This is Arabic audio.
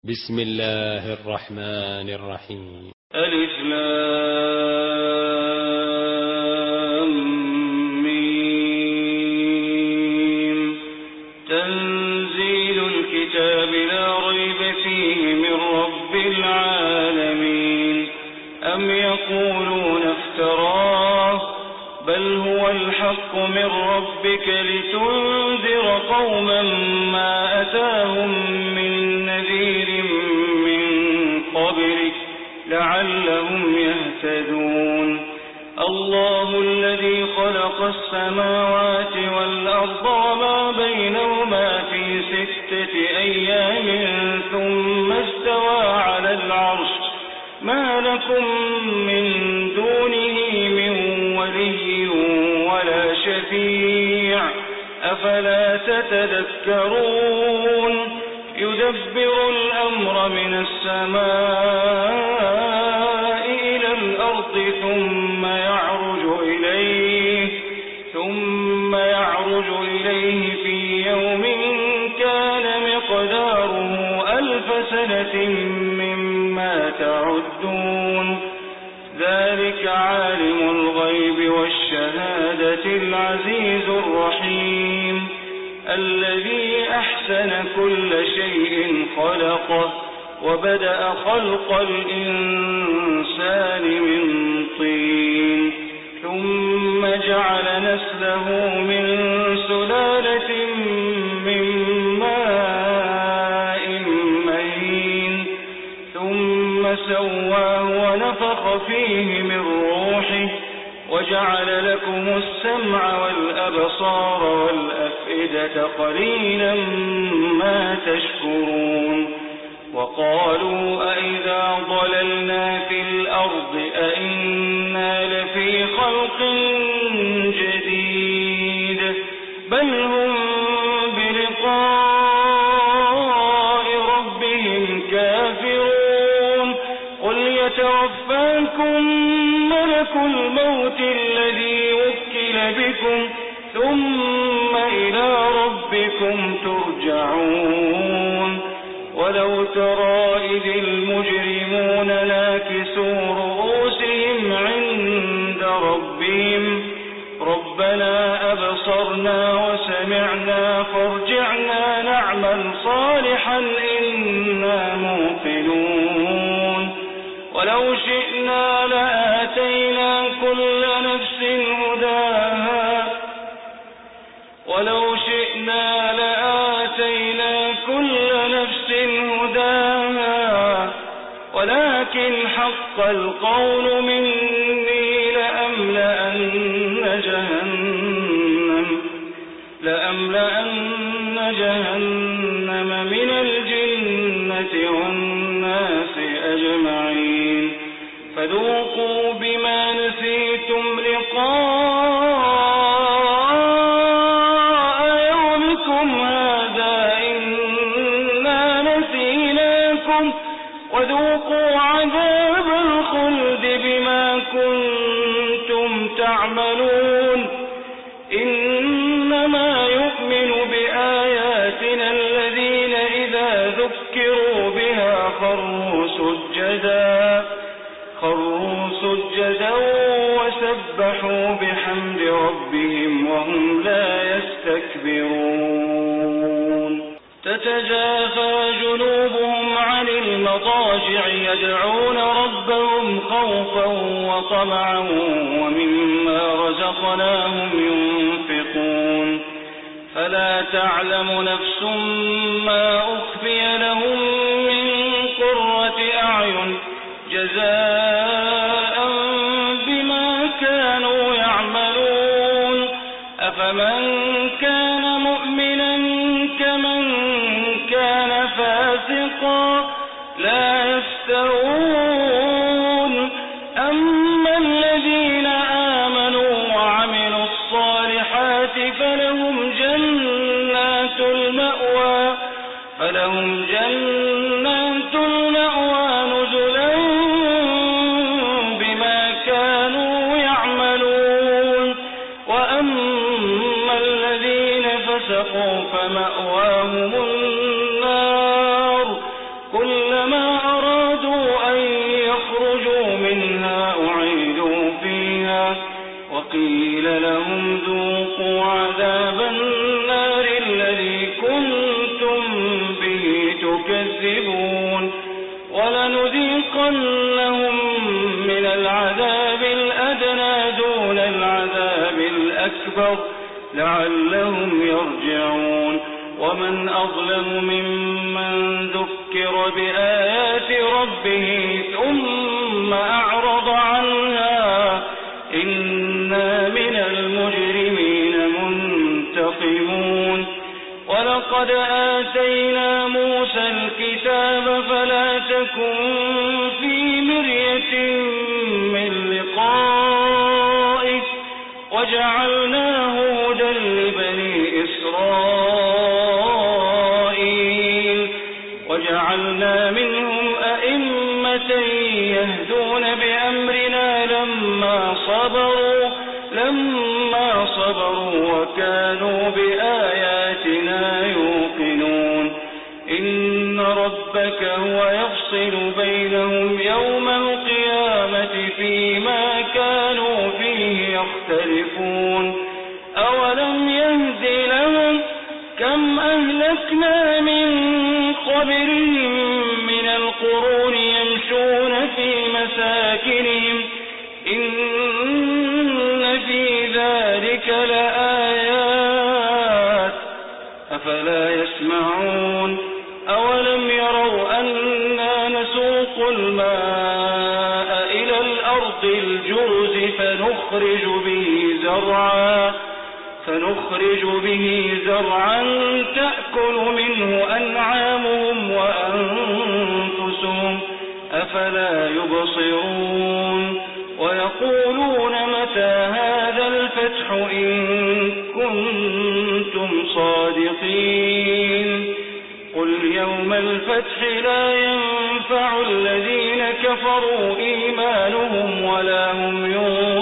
بسم الله الرحمن الرحيم. ألف لام ميم. تنزيل الكتاب لا ريب فيه من رب العالمين. أم يقولون افتراه بل هو الحق من ربك لتنذر قوما ما أتاهم من نذير من قبلك لعلهم يهتدون. الله الذي خلق السماوات والأرض وما بينهما في 6 أيام ثم استوى على العرش ما لكم من دونه من ولي ولا شفيع أفلا تتذكرون. يدبر الأمر من السماء إلى الأرض ثم يعرج إليه في يوم كان مقداره 1000 سنة مما تعدون. ذلك عالم الغيب والشهادة العزيز الرحيم الذي أحسن كل شيء خلقه وبدأ خلق الإنسان من طين ثم جعل نسله من سلالة من ماء مهين ثم سواه ونفخ فيه من روحه وجعل لكم السمع والأبصار والأفئدة قليلا ما تشكرون. وقالوا أئذا ضللنا في الأرض أئنا لفي خلق جديد بل هم بلقاء ربهم كافرون. قل يتوفاكم ملك الموت الذي وكل بكم ثم إلى ربكم ترجعون. ولو ترى إذ المجرمون ناكسوا رؤوسهم عند ربهم ربنا أبصرنا وسمعنا فارجعنا نعمل صالحا إنا موقنون. ولو شئنا لآتينا كل نفس هداها ولكن حق القول مني لأملأن جهنم من الجنة والناس أجمعين. فذوقوا بما نسيتم لقاء يومكم هذا إنا نسيناكم وذوقوا عذاب الخلد بما كنتم تعملون. إنما يؤمن بآياتنا الذين إذا ذكروا بها خروا سجدا وسبحوا بحمد ربهم وهم لا يستكبرون. تتجافى جنوبهم عن المضاجع يدعون ربهم خوفا وطمعا ومما رزقناهم ينفقون. فلا تعلم نفس ما أخفي لهم من قرة أعين جزاء بما كانوا يعملون. أفمن كان مؤمنا كمن كان فاسقا لا يستوون. أما الذين آمنوا وعملوا الصالحات فلهم جنات المأوى نزلا بما كانوا يعملون. وأما الذين فسقوا فمأواهم النار كل يكذبون ولنذيقنهم من العذاب الأدنى دون العذاب الأكبر لعلهم يرجعون ومن أظلم ممن ذكر بآيات ربه ثم أعرض عنها إنا من المجرمين منتقمون ولقد آتينا موسى الكتاب فلا تكن في مرية من لقائه وجعلناه هدى لبني إسرائيل وجعلنا منهم أئمة يهدون بأمرنا لما صبروا وكانوا بآياتنا يوقنون إن ربك هو يفصل بينهم يوم القيامة فيما كانوا فيه يختلفون أولم يهد لهم كم أهلكنا من قبلهم من القرون يمشون في مساكنهم إن في ذلك لآيات أفلا يسمعون أولم يروا أنا نسوق الماء إلى الأرض الجرز فنخرج به زرعا تأكل منه أنعامهم وأنفسهم أفلا يبصرون ويقولون متى هذا الفتح إن كنتم صادقين قل يوم الفتح لا ينفع الذين كفروا إيمانهم ولا هم ينصرون